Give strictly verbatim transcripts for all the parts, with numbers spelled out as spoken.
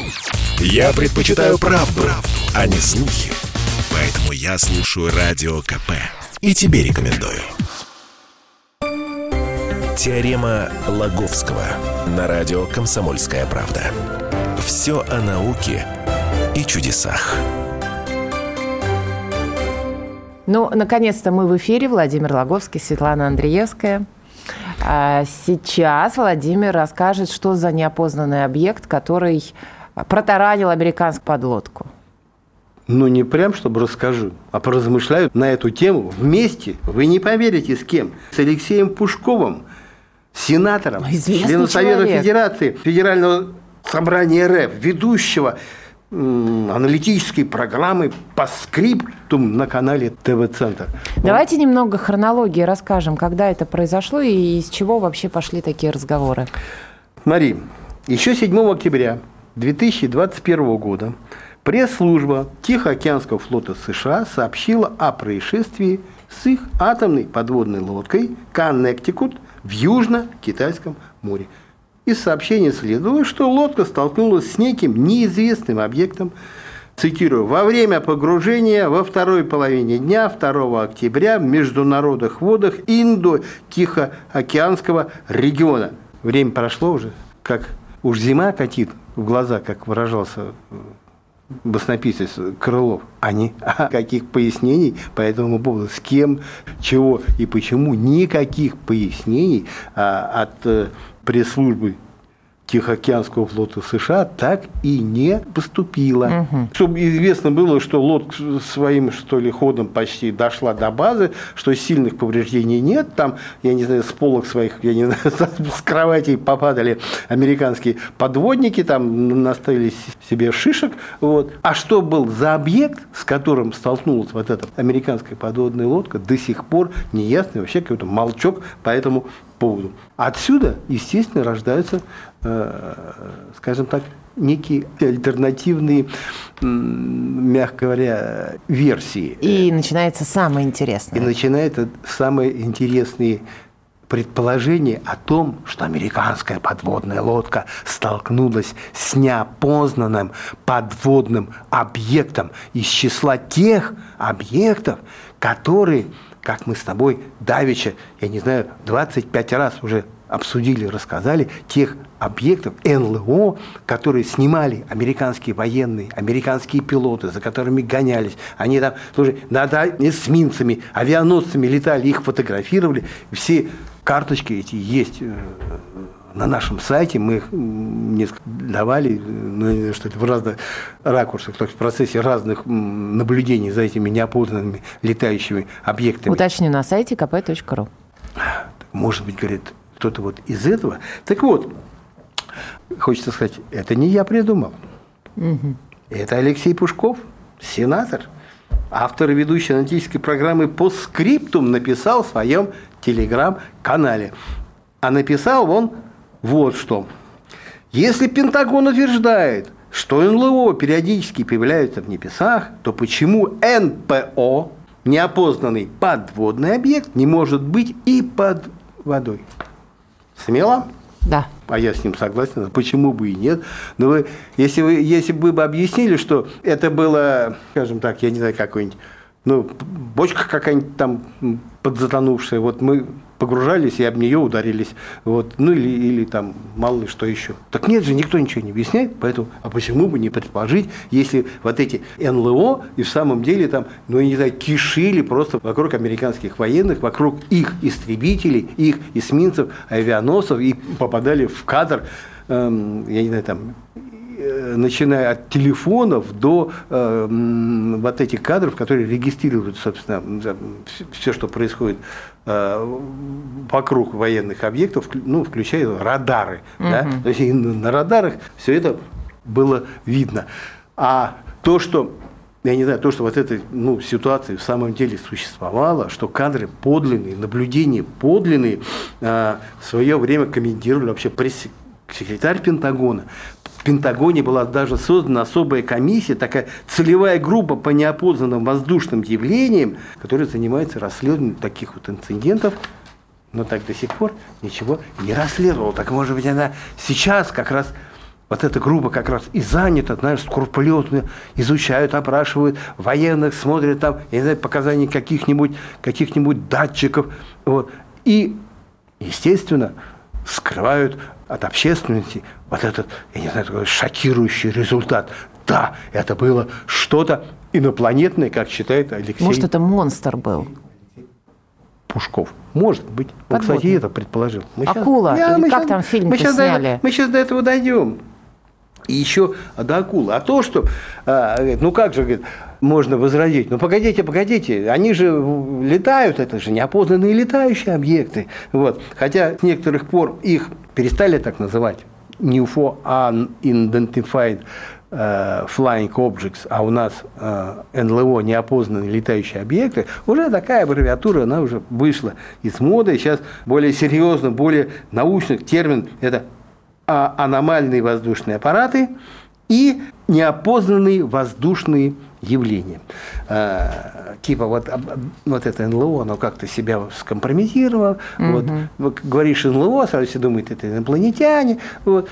Я предпочитаю правду, правду, а не слухи. Поэтому я слушаю Радио КП. И тебе рекомендую. Теорема Лаговского на радио «Комсомольская правда». Все о науке и чудесах. Ну, наконец-то мы в эфире. Владимир Лаговский, Светлана Андреевская. Сейчас Владимир расскажет, что за неопознанный объект, который протаранил американскую подлодку. Ну, не прям, чтобы расскажу, а поразмышляю на эту тему вместе, вы не поверите, с кем? С Алексеем Пушковым, сенатором, членом Совета Федерации, Федерального собрания РФ, ведущего м- аналитической программы по скриптум на канале ТВ-центр. Давайте немного хронологии расскажем, когда это произошло и из чего вообще пошли такие разговоры. Смотри, еще седьмого октября две тысячи двадцать первого года пресс-служба Тихоокеанского флота США сообщила о происшествии с их атомной подводной лодкой «Коннектикут» в Южно-Китайском море. Из сообщения следовало, что лодка столкнулась с неким неизвестным объектом, цитирую, «во время погружения во второй половине дня второго октября в международных водах Индо-Тихоокеанского региона». Время прошло уже, как уж зима катит в глаза, как выражался баснописец Крылов, а не а каких пояснений по этому поводу, с кем, чего и почему, никаких пояснений а, от э, пресс-службы Тихоокеанского флота США так и не поступило. Угу. Чтобы известно было, что лодка своим, что ли, ходом почти дошла до базы, что сильных повреждений нет. Там, я не знаю, с полок своих, я не знаю, с кроватей попадали американские подводники, там наставили себе шишек. Вот. А что был за объект, с которым столкнулась вот эта американская подводная лодка, до сих пор не ясно. Вообще какой-то молчок по этому поводу. Отсюда, естественно, рождаются, э, скажем так, некие альтернативные, мягко говоря, версии. И начинается самое интересное. И начинается самые интересные предположения о том, что американская подводная лодка столкнулась с неопознанным подводным объектом из числа тех объектов, которые, как мы с тобой давеча, я не знаю, двадцать пять раз уже обсудили, рассказали, тех объектов эн эл о, которые снимали американские военные, американские пилоты, за которыми гонялись. Они там, слушай, над эсминцами, авианосцами летали, их фотографировали. Все карточки эти есть на нашем сайте, мы их несколько давали, ну, что ли, в разных ракурсах, то есть в процессе разных наблюдений за этими неопознанными летающими объектами. Уточню, на сайте ка пэ точка ру. Может быть, говорит, кто-то вот из этого. Так вот, хочется сказать, это не я придумал. Угу. Это Алексей Пушков, сенатор, автор и ведущий аналитической программы по скриптум, написал в своем телеграм-канале. А написал он вот что. Если Пентагон утверждает, что эн эл о периодически появляются в небесах, то почему эн пэ о, неопознанный подводный объект, не может быть и под водой? Смело? Да. А я с ним согласен. Почему бы и нет? Но вы, если, вы, если бы вы объяснили, что это было, скажем так, я не знаю, какой-нибудь, ну, бочка какая-нибудь там подзатонувшая, вот мы погружались и об нее ударились, вот, ну или, или там мало ли что еще. Так нет же, никто ничего не объясняет, поэтому, а почему бы не предположить, если вот эти эн эл о и в самом деле там, ну я не знаю, кишили просто вокруг американских военных, вокруг их истребителей, их эсминцев, авианосцев и попадали в кадр, эм, я не знаю, там, начиная от телефонов до э, вот этих кадров, которые регистрируют, собственно, все, что происходит э, вокруг военных объектов, ну, включая радары. Угу. Да? То есть и на радарах все это было видно. А то, что, я не знаю, то, что вот эта, ну, ситуация в самом деле существовала, что кадры подлинные, наблюдения подлинные, э, в свое время комментировали вообще пресс-секретарь Пентагона. В Пентагоне была даже создана особая комиссия, такая целевая группа по неопознанным воздушным явлениям, которая занимается расследованием таких вот инцидентов, но так до сих пор ничего не расследовала. Так, может быть, она сейчас как раз вот эта группа как раз и занята, знаешь, скрупулезно изучают, опрашивают военных, смотрят там, я не знаю, показания каких-нибудь, каких-нибудь датчиков. Вот. И, естественно, скрывают от общественности вот этот, я не знаю, такой шокирующий результат. Да, это было что-то инопланетное, как считает Алексей. Может, это монстр был? Пушков. Может быть. Он, кстати, это предположил. Мы акула? Сейчас... Или Я, как сейчас... там фильм мы сняли? До... Мы сейчас до этого дойдем. И еще до акулы. А то, что, ну как же, говорит, можно возразить, ну погодите, погодите, они же летают, это же неопознанные летающие объекты. Вот. Хотя с некоторых пор их перестали так называть, не ю эф о, а Unidentified Flying Objects, а у нас эн эл о, неопознанные летающие объекты, уже такая аббревиатура, она уже вышла из моды. Сейчас более серьезно, более научный термин – это аномальные воздушные аппараты и неопознанные воздушные явления. А, типа вот, вот это эн эл о, оно как-то себя скомпрометировало. Mm-hmm. Вот, вот, говоришь эн эл о, сразу все думают, это инопланетяне. Вот,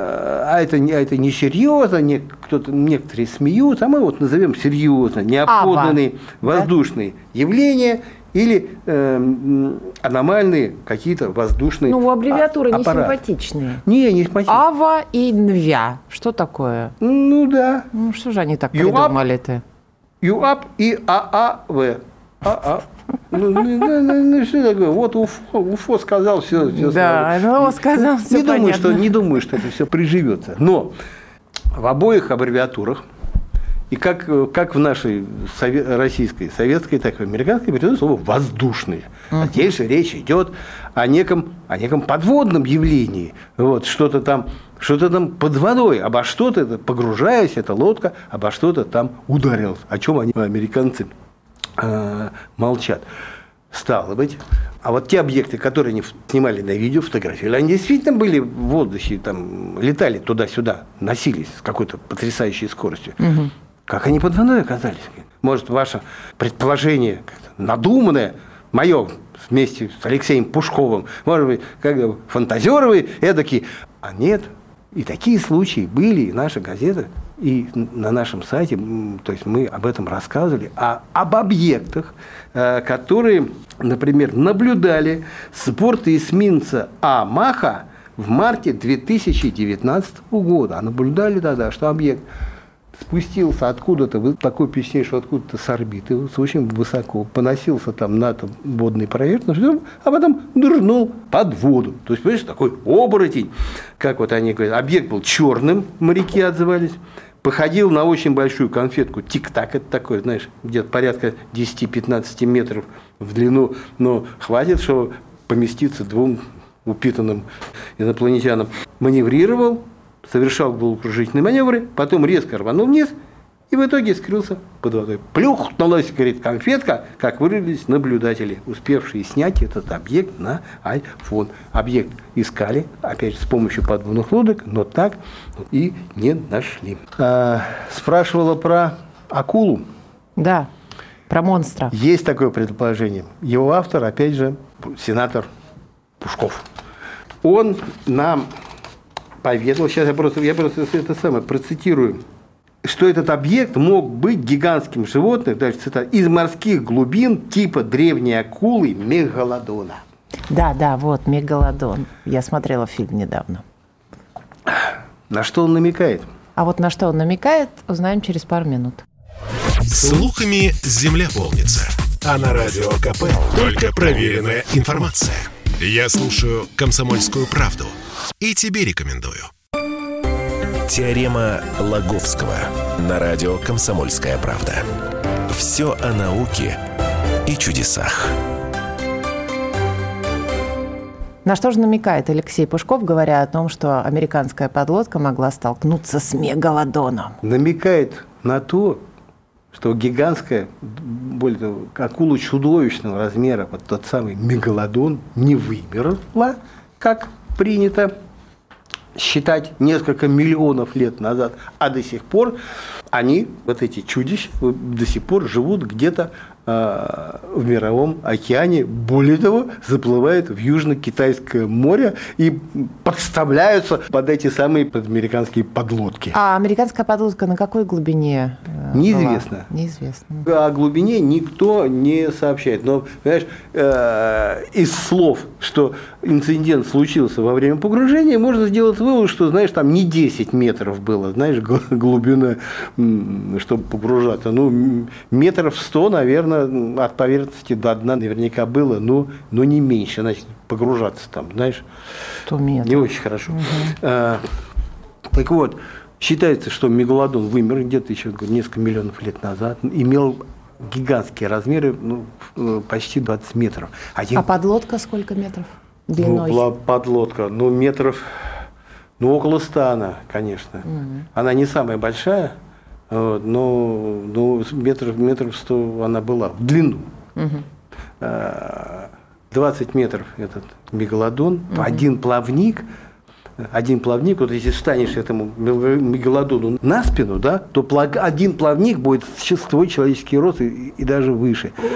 а это, а это несерьезно, не, кто-то, некоторые смеются, а мы вот назовем серьезно неопознанные Ава. воздушные да? явления или э, аномальные какие-то воздушные аппараты. Ну, аббревиатуры не симпатичные. Не, не симпатичные. Ава и Нвя. Что такое? Ну, да. Ну, что же они так ю придумали-то? ЮАП и ААВ. АА. Ну, ну, ну, ну, что такое? Вот УФО, УФО сказал, все. все да, УФО сказал, все не понятно. думаю, что, не думаю, что это все приживется. Но в обоих аббревиатурах, и как, как в нашей сове- российской, советской, так и в американской, придет слово «воздушные». Uh-huh. А здесь же речь идет о неком, о неком подводном явлении. Вот, что-то там, что-то там под водой, обо что-то, погружаясь, эта лодка, обо что-то там ударилась. О чем они, американцы, э, молчат. Стало быть. А вот те объекты, которые они снимали на видео, фотографировали, они действительно были в воздухе, там, летали туда-сюда, носились с какой-то потрясающей скоростью. Uh-huh. Как они под водой оказались? Может, ваше предположение надуманное, мое вместе с Алексеем Пушковым, может быть, как фантазеры эдакие. А нет. И такие случаи были, и наша газета, и на нашем сайте, то есть мы об этом рассказывали, а об объектах, которые, например, наблюдали с борта эсминца Амаха в марте две тысячи девятнадцатого года. А наблюдали тогда, что объект спустился откуда-то, вы такой песней, что откуда-то с орбиты, очень высоко, поносился там над водной поверхностью, а потом нырнул под воду. То есть, понимаешь, такой оборотень, как вот они говорят, объект был черным, моряки отзывались, походил на очень большую конфетку, тик-так, это такое, знаешь, где-то порядка десять-пятнадцать метров в длину, но хватит, чтобы поместиться двум упитанным инопланетянам. Маневрировал, совершал головокружительные маневры, потом резко рванул вниз и в итоге скрылся под водой. Плюхнулась, говорит, конфетка, как выразились наблюдатели, успевшие снять этот объект на айфон. Объект искали, опять же, с помощью подводных лодок, но так и не нашли. А, спрашивала про акулу. Да, про монстра. Есть такое предположение. Его автор, опять же, сенатор Пушков. Он нам поведал, сейчас я просто, я просто это самое процитирую, что этот объект мог быть гигантским животным, даже цитата, из морских глубин типа древней акулы мегалодона. Да, да, вот мегалодон. Я смотрела фильм недавно. На что он намекает? А вот на что он намекает, узнаем через пару минут. Слухами земля полнится, а на радио КП только проверенная информация. Я слушаю «Комсомольскую правду» и тебе рекомендую. Теорема Лаговского на радио «Комсомольская правда». Все о науке и чудесах. На что же намекает Алексей Пушков, говоря о том, что американская подлодка могла столкнуться с мегалодоном? Намекает на то, что гигантская, более того, акула чудовищного размера, вот тот самый мегалодон, не вымерла, как принято считать несколько миллионов лет назад, а до сих пор они, вот эти чудища, до сих пор живут где-то э, в мировом океане. Более того, заплывают в Южно-Китайское море и подставляются под эти самые американские подлодки. А американская подлодка на какой глубине? Э, Неизвестно. Была? Неизвестно. О глубине никто не сообщает. Но, понимаешь, э, из слов, что инцидент случился во время погружения, можно сделать вывод, что, знаешь, там не десять метров было, знаешь, глубина, чтобы погружаться. Ну, метров сто, наверное, от поверхности до дна наверняка было, но, но не меньше. Значит, погружаться там, знаешь, сто метров. Не очень хорошо. Угу. А, так вот, считается, что мегалодон вымер где-то еще несколько миллионов лет назад, имел гигантские размеры, ну, почти двадцать метров. Один... А подлодка сколько метров длиной? Ну, подлодка, ну, метров, ну, около ста она, конечно. Угу. Она не самая большая, вот, но, но метров, метров сто она была в длину. Угу. двадцать метров этот мегалодон, угу. один плавник, один плавник, вот если встанешь этому мегалодону на спину, да, то один плавник будет с твой человеческий рост и, и даже выше. Ой.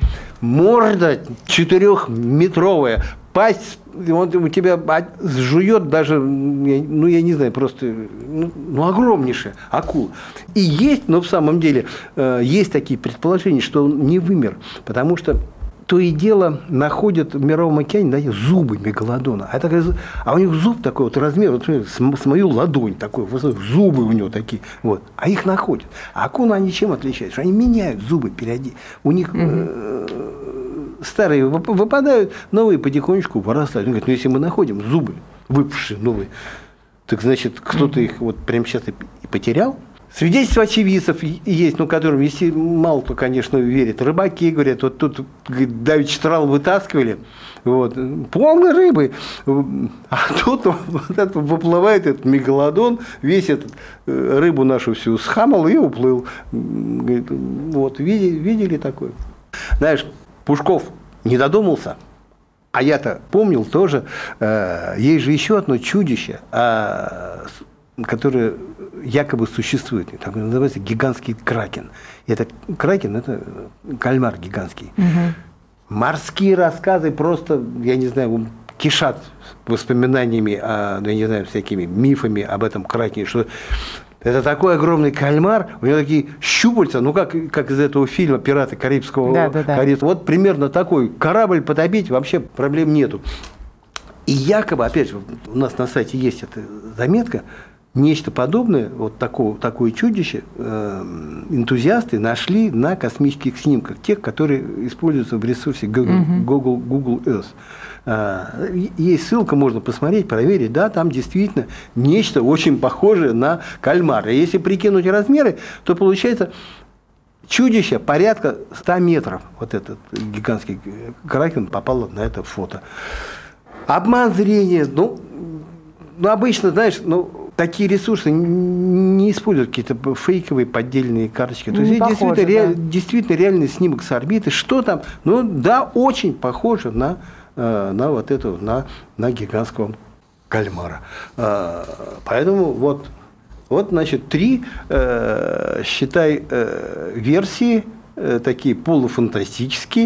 Морда четырехметровая, пасть, он у тебя сжует даже, ну я не знаю, просто ну, ну, огромнейшая акула. И есть, но в самом деле есть такие предположения, что он не вымер, потому что то и дело находят в Мировом океане, да, зубы мегалодона. А, такая, а у них зуб такой вот размер, вот, с, с мою ладонь такой, зубы у него такие. Вот. А их находят. А акулы они чем отличаются? Они меняют зубы периодически. У них э, старые выпадают, новые потихонечку вырастают. Он говорит, ну если мы находим зубы выпавшие новые, так значит кто-то их вот прямо сейчас и потерял. Свидетельства очевидцев есть, ну, которым, если мало кто, конечно, верит. Рыбаки говорят, вот тут давеча трал вытаскивали, вот, полно рыбы, а тут вот это, выплывает этот мегалодон, весь этот рыбу нашу всю схамал и уплыл. Говорит, вот, видели, видели такое? Знаешь, Пушков не додумался, а я-то помнил тоже, э, есть же еще одно чудище, э, которое якобы существует, так называется гигантский кракен. И это кракен, это кальмар гигантский. Угу. Морские рассказы просто, я не знаю, кишат воспоминаниями, о, я не знаю, всякими мифами об этом кракене, что это такой огромный кальмар, у него такие щупальца, ну как, как из этого фильма «Пираты Карибского да, да, да. Карибского». Вот примерно такой. Корабль потопить вообще проблем нету. И якобы, опять же, у нас на сайте есть эта заметка, нечто подобное, вот такое, такое чудище, э, энтузиасты нашли на космических снимках, тех, которые используются в ресурсе Google, Google, Google Earth. Э, есть ссылка, можно посмотреть, проверить, да, там действительно нечто очень похожее на кальмара. Если прикинуть размеры, то получается чудище порядка ста метров. Вот этот гигантский кракен попал на это фото. Обман зрения, ну, ну обычно, знаешь, ну, такие ресурсы не используют какие-то фейковые поддельные карточки. То есть не это похоже, действительно, да. ре, действительно реальный снимок с орбиты. Что там? Ну да, очень похоже на, на вот эту, на, на гигантского кальмара. Поэтому вот, вот значит, три, считай, версии, такие полуфантастические,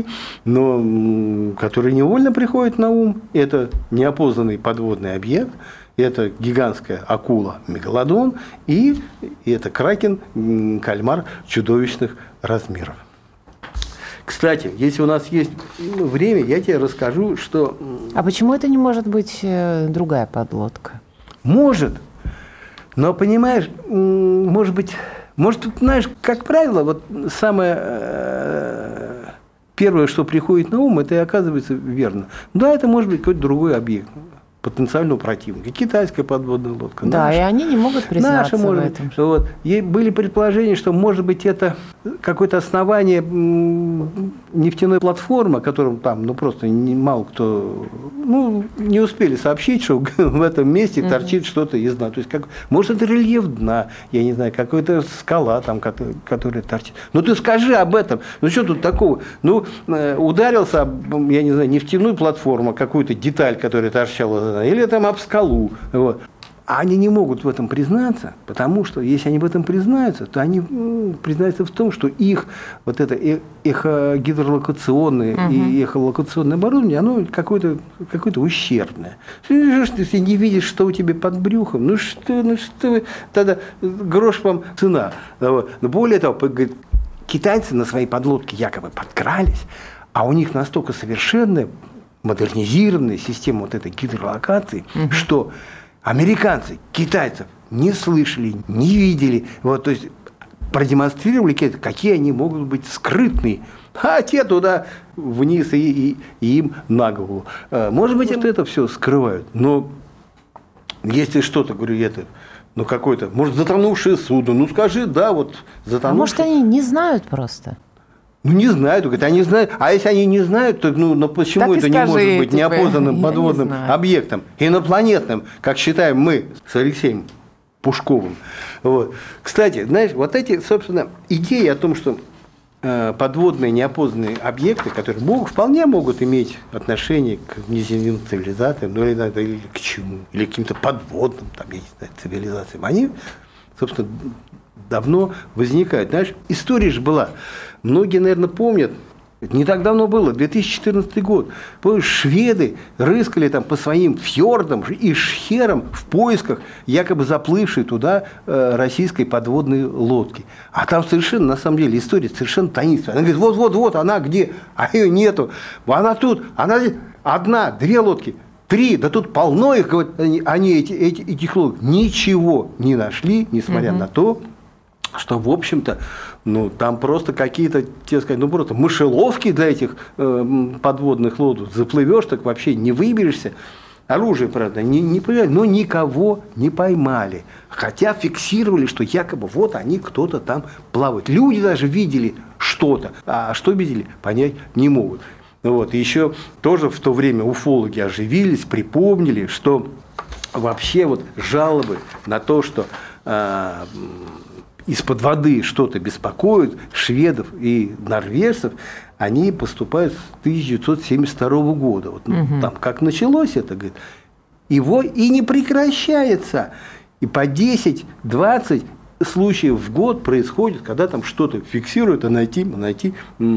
но которые невольно приходят на ум. Это неопознанный подводный объект, это гигантская акула мегалодон и это кракен, кальмар чудовищных размеров. Кстати, если у нас есть время, я тебе расскажу, что... А почему это не может быть другая подлодка? Может, но, понимаешь, может быть... Может, знаешь, как правило, вот самое э, первое, что приходит на ум, это и оказывается верно. Да, это может быть какой-то другой объект потенциального противника. Китайская подводная лодка. Да, наша, и они не могут признаться наша, в может, этом. Вот. И были предположения, что, может быть, это какое-то основание нефтяной платформы, о котором там, ну, просто не, мало кто, ну, не успели сообщить, что в этом месте mm-hmm. торчит что-то из дна. То есть, как, может, это рельеф дна, я не знаю, какая-то скала там, которая, которая торчит. Ну, ты скажи об этом. Ну, что тут такого? Ну, ударился, я не знаю, нефтяную платформу, какую-то деталь, которая торчала, или там об скалу. Вот. А они не могут в этом признаться, потому что если они в этом признаются, то они признаются в том, что их вот это эхогидролокационное угу. и эхолокационное оборудование, оно какое-то, какое-то ущербное. Если не видишь, что у тебя под брюхом, ну что, ну что, тогда грош вам цена. Но более того, говорит, китайцы на своей подлодке якобы подкрались, а у них настолько совершенная, модернизированная система вот этой гидролокации, угу. что американцы китайцев не слышали, не видели. Вот, то есть продемонстрировали, какие они могут быть скрытные. А те туда вниз и, и, и им на голову. Может быть, это, это все скрывают. Но если что-то, говорю, это, ну какое-то, может, затонувшее судно, ну скажи, да, вот затонувшее. А может, они не знают просто? Ну, не знают, говорят, они знают. А если они не знают, то ну, ну почему так это не может быть неопознанным подводным не объектом, инопланетным, как считаем мы с Алексеем Пушковым. Вот. Кстати, знаешь, вот эти, собственно, идеи о том, что э, подводные неопознанные объекты, которые могут, вполне могут иметь отношение к внеземным цивилизациям, ну, или, или к чему, или к каким-то подводным, там, я не знаю, цивилизациям, они, собственно, давно возникают. Знаешь, история же была. Многие, наверное, помнят, не так давно было, две тысячи четырнадцатый год. Помнишь, шведы рыскали там по своим фьордам и шхерам в поисках якобы заплывшей туда э, российской подводной лодки. А там совершенно, на самом деле, история совершенно таинственная. Она говорит, вот-вот-вот, она где? А ее нету. Она тут, она одна, две лодки. Три, да тут полно их, говорят, они, они эти, эти, этих лодок ничего не нашли, несмотря угу. на то, что, в общем-то, ну, там просто какие-то, тебе сказать, ну, просто мышеловки для этих э, подводных лодок. Заплывешь, так вообще не выберешься. Оружие, правда, не, не поймали, но никого не поймали. Хотя фиксировали, что якобы вот они, кто-то там плавают. Люди даже видели что-то, а что видели, понять не могут. Вот. И еще тоже в то время уфологи оживились, припомнили, что вообще вот жалобы на то, что э, из-под воды что-то беспокоит шведов и норвежцев, они поступают с тысяча девятьсот семьдесят второго года. Вот, ну, угу. Там как началось это, говорит, его и не прекращается. И по десять-двадцать случаев в год происходит, когда там что-то фиксируют, а найти, найти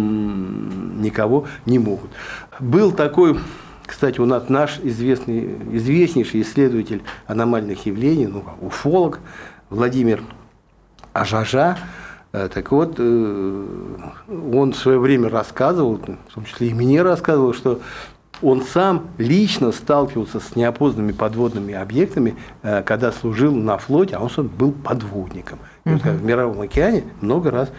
м-м, никого не могут. Был такой, кстати, у нас наш известный, известнейший исследователь аномальных явлений, ну, уфолог Владимир Ажажа. Так вот, он в свое время рассказывал, в том числе и мне рассказывал, что он сам лично сталкивался с неопознанными подводными объектами, когда служил на флоте, а он сам был подводником. И вот, в Мировом океане много раз,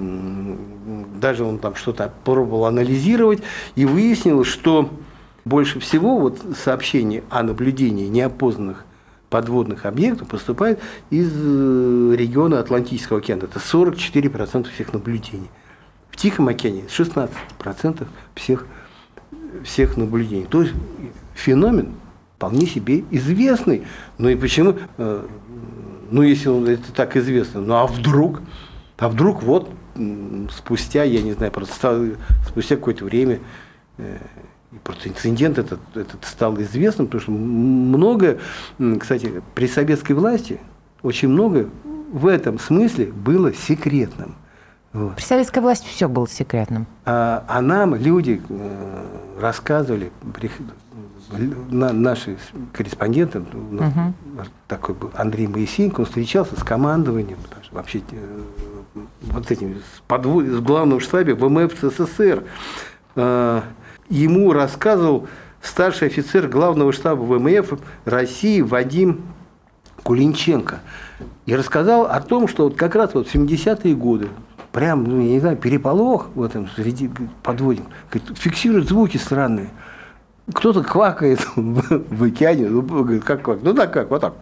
даже он там что-то пробовал анализировать, и выяснил, что больше всего вот сообщений о наблюдении неопознанных подводных объектов поступает из региона Атлантического океана. Это сорок четыре процента всех наблюдений. В Тихом океане шестнадцать процентов всех, всех наблюдений. То есть феномен вполне себе известный. Ну и почему? Ну, если он, это так известно, ну а вдруг? А вдруг вот спустя, я не знаю, просто спустя какое-то время и просто инцидент этот, этот стал известным, потому что много, кстати, при советской власти очень много в этом смысле было секретным. Вот. При советской власти все было секретным. А, а нам люди э, рассказывали, при, на, наши корреспонденты, ну, угу. такой был Андрей Моисеенко, он встречался с командованием, вообще э, вот этим, с, подвод, с главным штабе ВМФ СССР. Э, Ему рассказывал старший офицер главного штаба ВМФ России Вадим Кулинченко. И рассказал о том, что вот как раз вот в семидесятые годы, прям, ну, я не знаю, переполох в этом среди подводников, фиксируют звуки странные. Кто-то квакает в океане, ну, говорит, как квакает? Ну так как, вот так.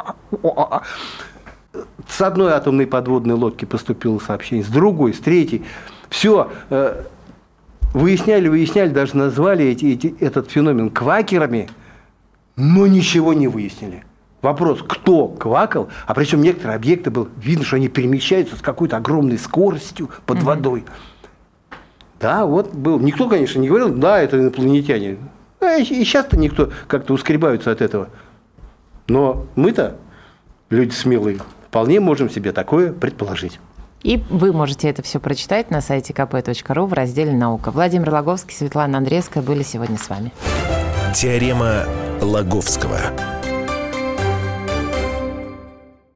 С одной атомной подводной лодки поступило сообщение, с другой, с третьей. Все. Выясняли, выясняли, даже назвали эти, эти, этот феномен квакерами, но ничего не выяснили. Вопрос, кто квакал, а причем некоторые объекты было видно, что они перемещаются с какой-то огромной скоростью под mm-hmm. водой. Да, вот был. Никто, конечно, не говорил, да, это инопланетяне. А и сейчас-то никто как-то ускребаются от этого. Но мы-то, люди смелые, вполне можем себе такое предположить. И вы можете это все прочитать на сайте ка пэ точка ру в разделе «Наука». Владимир Логовский, Светлана Андреевская были сегодня с вами. Теорема Лаговского.